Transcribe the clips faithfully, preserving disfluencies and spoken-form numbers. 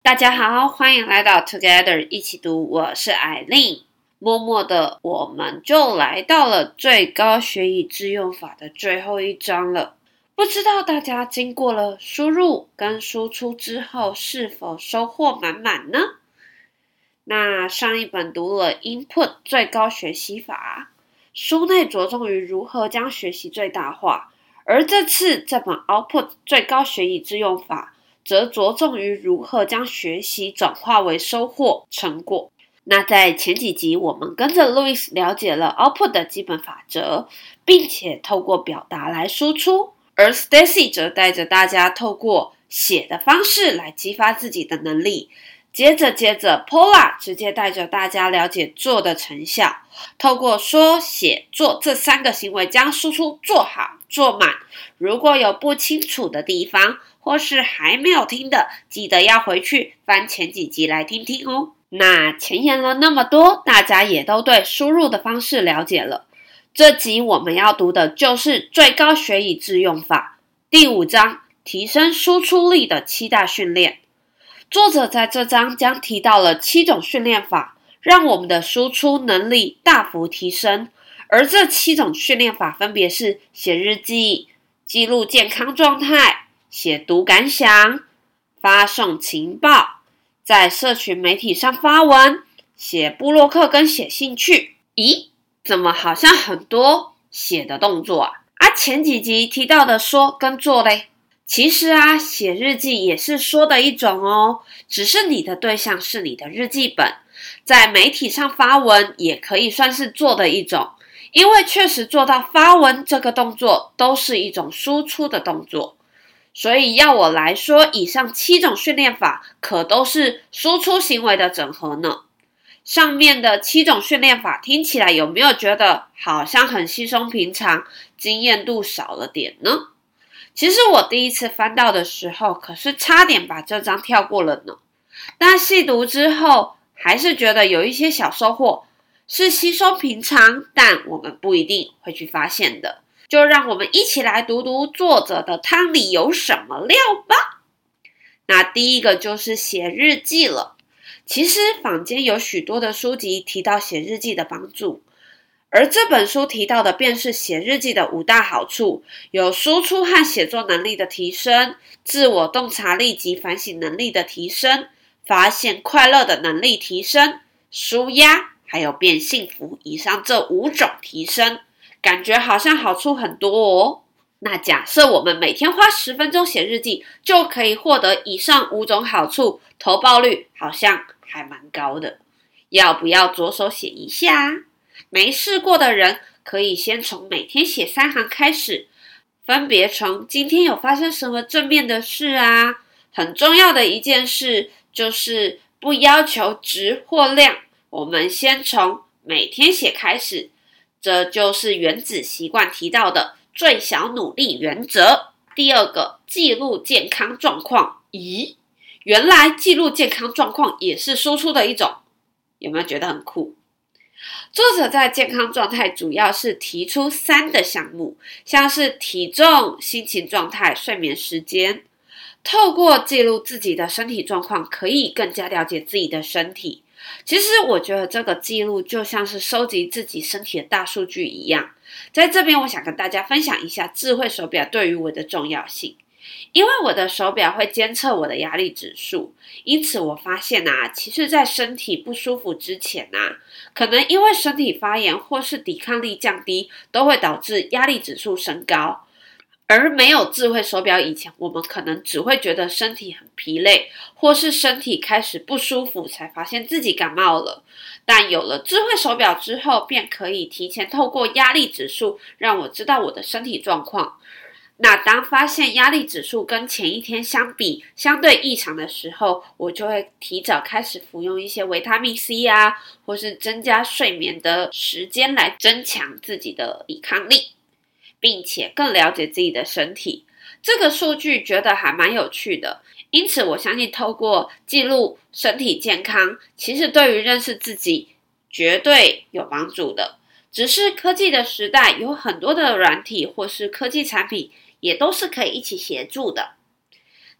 大家好，欢迎来到 Together 一起读，我是艾琳。默默的，我们就来到了最高学以致用法的最后一章了。不知道大家经过了输入跟输出之后，是否收获满满呢？那上一本读了 Input 最高学习法，书内着重于如何将学习最大化，而这次这本 Output 最高学以致用法则着重于如何将学习转化为收获成果。那在前几集我们跟着 Louis 了解了 Output 的基本法则，并且透过表达来输出，而 Stacy 则带着大家透过写的方式来激发自己的能力。接着接着 Paula 直接带着大家了解做的成效，透过说写做这三个行为将输出做好做满。如果有不清楚的地方或是还没有听的，记得要回去翻前几集来听听哦。那前言了那么多，大家也都对输入的方式了解了。这集我们要读的就是最高学以致用法第五章，提升输出力的七大训练。作者在这章将提到了七种训练法，让我们的输出能力大幅提升。而这七种训练法分别是写日记、记录健康状态、写读感想、发送情报、在社群媒体上发文、写部落客跟写兴趣。咦，怎么好像很多写的动作啊？啊，前几集提到的说跟做嘞？其实啊，写日记也是说的一种哦，只是你的对象是你的日记本。在媒体上发文也可以算是做的一种，因为确实做到发文这个动作都是一种输出的动作。所以要我来说，以上七种训练法可都是输出行为的整合呢。上面的七种训练法听起来有没有觉得好像很稀松平常，经验度少了点呢？其实我第一次翻到的时候，可是差点把这章跳过了呢。但细读之后，还是觉得有一些小收获，是稀松平常，但我们不一定会去发现的。就让我们一起来读读作者的汤里有什么料吧。那第一个就是写日记了。其实坊间有许多的书籍提到写日记的帮助，而这本书提到的便是写日记的五大好处，有输出和写作能力的提升，自我洞察力及反省能力的提升，发现快乐的能力提升，抒压，还有变幸福。以上这五种提升，感觉好像好处很多哦。那假设我们每天花十分钟写日记，就可以获得以上五种好处，投报率好像还蛮高的。要不要着手写一下啊？没试过的人可以先从每天写三行开始，分别从今天有发生什么正面的事啊，很重要的一件事就是不要求质或量，我们先从每天写开始，这就是原子习惯提到的最小努力原则。第二个，记录健康状况。咦，原来记录健康状况也是输出的一种，有没有觉得很酷？作者在健康状态主要是提出三的项目，像是体重、心情状态、睡眠时间。透过记录自己的身体状况，可以更加了解自己的身体。其实我觉得这个记录就像是收集自己身体的大数据一样。在这边我想跟大家分享一下智慧手表对于我的重要性。因为我的手表会监测我的压力指数，因此我发现啊，其实在身体不舒服之前啊，可能因为身体发炎或是抵抗力降低，都会导致压力指数升高。而没有智慧手表以前，我们可能只会觉得身体很疲累，或是身体开始不舒服才发现自己感冒了。但有了智慧手表之后，便可以提前透过压力指数让我知道我的身体状况。那当发现压力指数跟前一天相比相对异常的时候，我就会提早开始服用一些维他命 C 啊，或是增加睡眠的时间来增强自己的抵抗力，并且更了解自己的身体。这个数据觉得还蛮有趣的，因此我相信透过记录身体健康，其实对于认识自己绝对有帮助的。只是科技的时代，有很多的软体或是科技产品也都是可以一起协助的。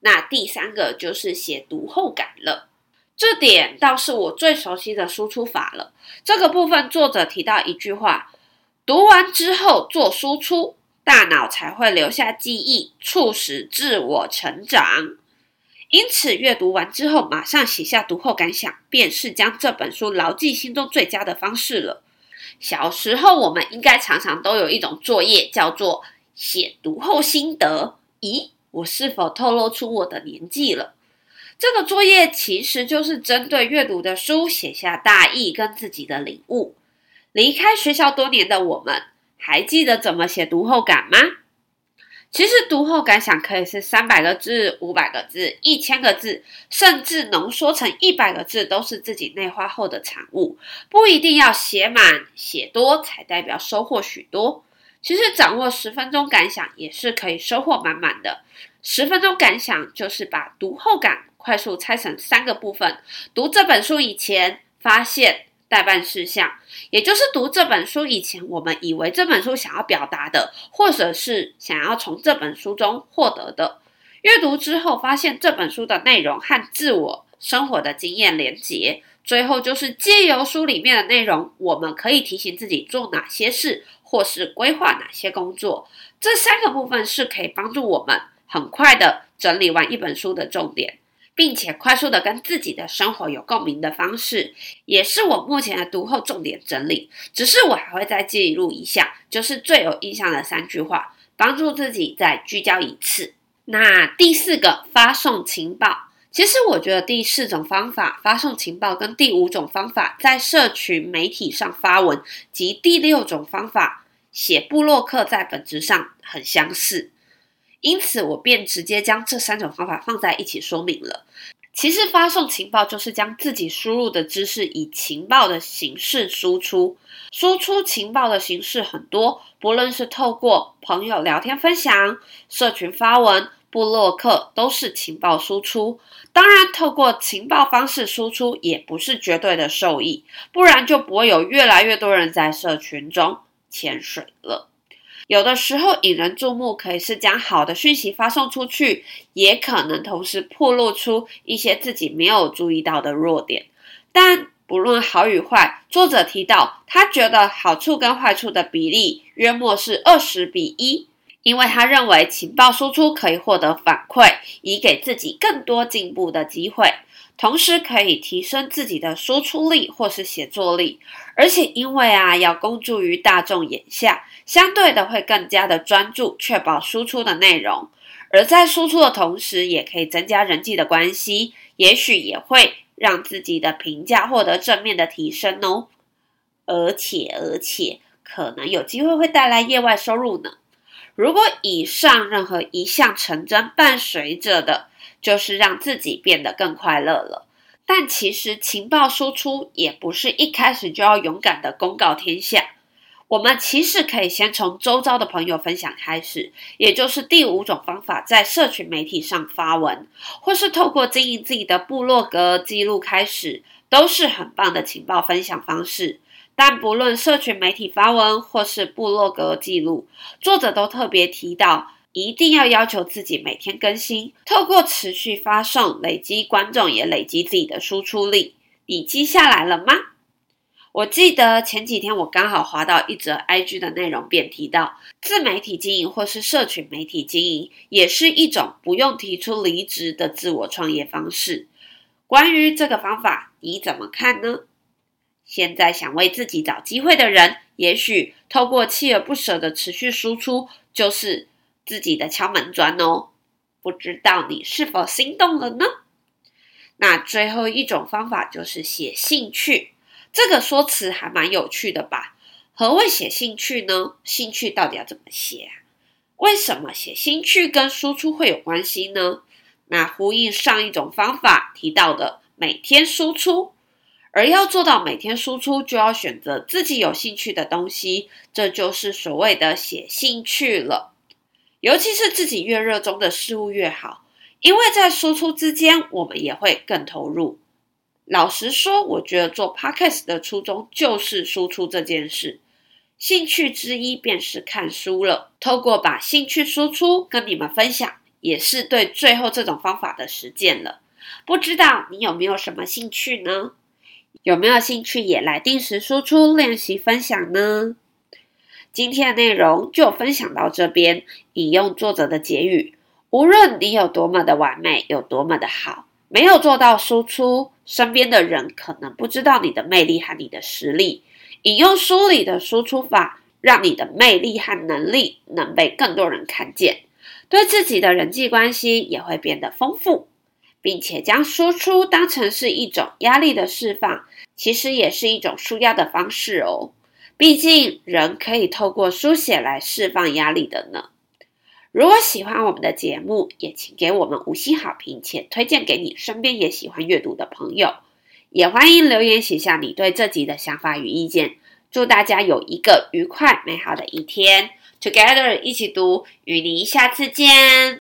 那第三个就是写读后感了。这点倒是我最熟悉的输出法了。这个部分作者提到一句话，读完之后做输出，大脑才会留下记忆，促使自我成长。因此阅读完之后马上写下读后感想，便是将这本书牢记心中最佳的方式了。小时候我们应该常常都有一种作业叫做写读后心得。咦，我是否透露出我的年纪了？这个作业其实就是针对阅读的书写下大意跟自己的领悟。离开学校多年的我们，还记得怎么写读后感吗？其实读后感想可以是三百个字、五百个字、一千个字，甚至浓缩成一百个字，都是自己内化后的产物。不一定要写满、写多才代表收获许多。其实掌握十分钟感想也是可以收获满满的。十分钟感想就是把读后感快速拆成三个部分：读这本书以前、发现、待办事项，也就是读这本书以前，我们以为这本书想要表达的，或者是想要从这本书中获得的。阅读之后，发现这本书的内容和自我生活的经验连结。最后就是借由书里面的内容，我们可以提醒自己做哪些事，或是规划哪些工作。这三个部分是可以帮助我们很快的整理完一本书的重点，并且快速的跟自己的生活有共鸣的方式，也是我目前的读后重点整理。只是我还会再记录一下，就是最有印象的三句话，帮助自己再聚焦一次。那第四个，发送情报。其实我觉得第四种方法发送情报跟第五种方法在社群媒体上发文及第六种方法写部落客在本质上很相似，因此我便直接将这三种方法放在一起说明了。其实发送情报就是将自己输入的知识以情报的形式输出。输出情报的形式很多，不论是透过朋友聊天分享、社群发文、部落客，都是情报输出。当然透过情报方式输出也不是绝对的受益，不然就不会有越来越多人在社群中潜水了。有的时候引人注目可以是将好的讯息发送出去，也可能同时暴露出一些自己没有注意到的弱点。但不论好与坏，作者提到他觉得好处跟坏处的比例约莫是二十比一，因为他认为情报输出可以获得反馈，以给自己更多进步的机会，同时可以提升自己的输出力或是写作力。而且因为啊要公诸于大众眼下，相对的会更加的专注，确保输出的内容。而在输出的同时，也可以增加人际的关系，也许也会让自己的评价获得正面的提升哦。而且而且可能有机会会带来业外收入呢。如果以上任何一项成真，伴随着的就是让自己变得更快乐了。但其实情报输出也不是一开始就要勇敢的公告天下，我们其实可以先从周遭的朋友分享开始，也就是第五种方法，在社群媒体上发文，或是透过经营自己的部落格记录开始，都是很棒的情报分享方式。但不论社群媒体发文或是部落格记录，作者都特别提到一定要要求自己每天更新，透过持续发送累积观众，也累积自己的输出力。你记下来了吗？我记得前几天我刚好滑到一则 I G 的内容，便提到自媒体经营或是社群媒体经营也是一种不用提出离职的自我创业方式。关于这个方法你怎么看呢？现在想为自己找机会的人，也许透过锲而不舍的持续输出就是自己的敲门砖哦。不知道你是否心动了呢？那最后一种方法就是写兴趣，这个说辞还蛮有趣的吧？何谓写兴趣呢？兴趣到底要怎么写啊？为什么写兴趣跟输出会有关系呢？那呼应上一种方法提到的每天输出，而要做到每天输出，就要选择自己有兴趣的东西，这就是所谓的写兴趣了。尤其是自己越热衷的事物越好，因为在输出之间，我们也会更投入。老实说，我觉得做 Podcast 的初衷就是输出这件事。兴趣之一便是看书了，透过把兴趣输出跟你们分享， 也是对最后这种方法的实践了。不知道你有没有什么兴趣呢？有没有兴趣也来定时输出练习分享呢？今天的内容就分享到这边，引用作者的结语：无论你有多么的完美，有多么的好，没有做到输出，身边的人可能不知道你的魅力和你的实力。引用书里的输出法，让你的魅力和能力能被更多人看见，对自己的人际关系也会变得丰富，并且将输出当成是一种压力的释放，其实也是一种抒压的方式哦。毕竟人可以透过书写来释放压力的呢。如果喜欢我们的节目，也请给我们五星好评，且推荐给你身边也喜欢阅读的朋友。也欢迎留言写下你对这集的想法与意见。祝大家有一个愉快美好的一天。Together 一起读，与你下次见。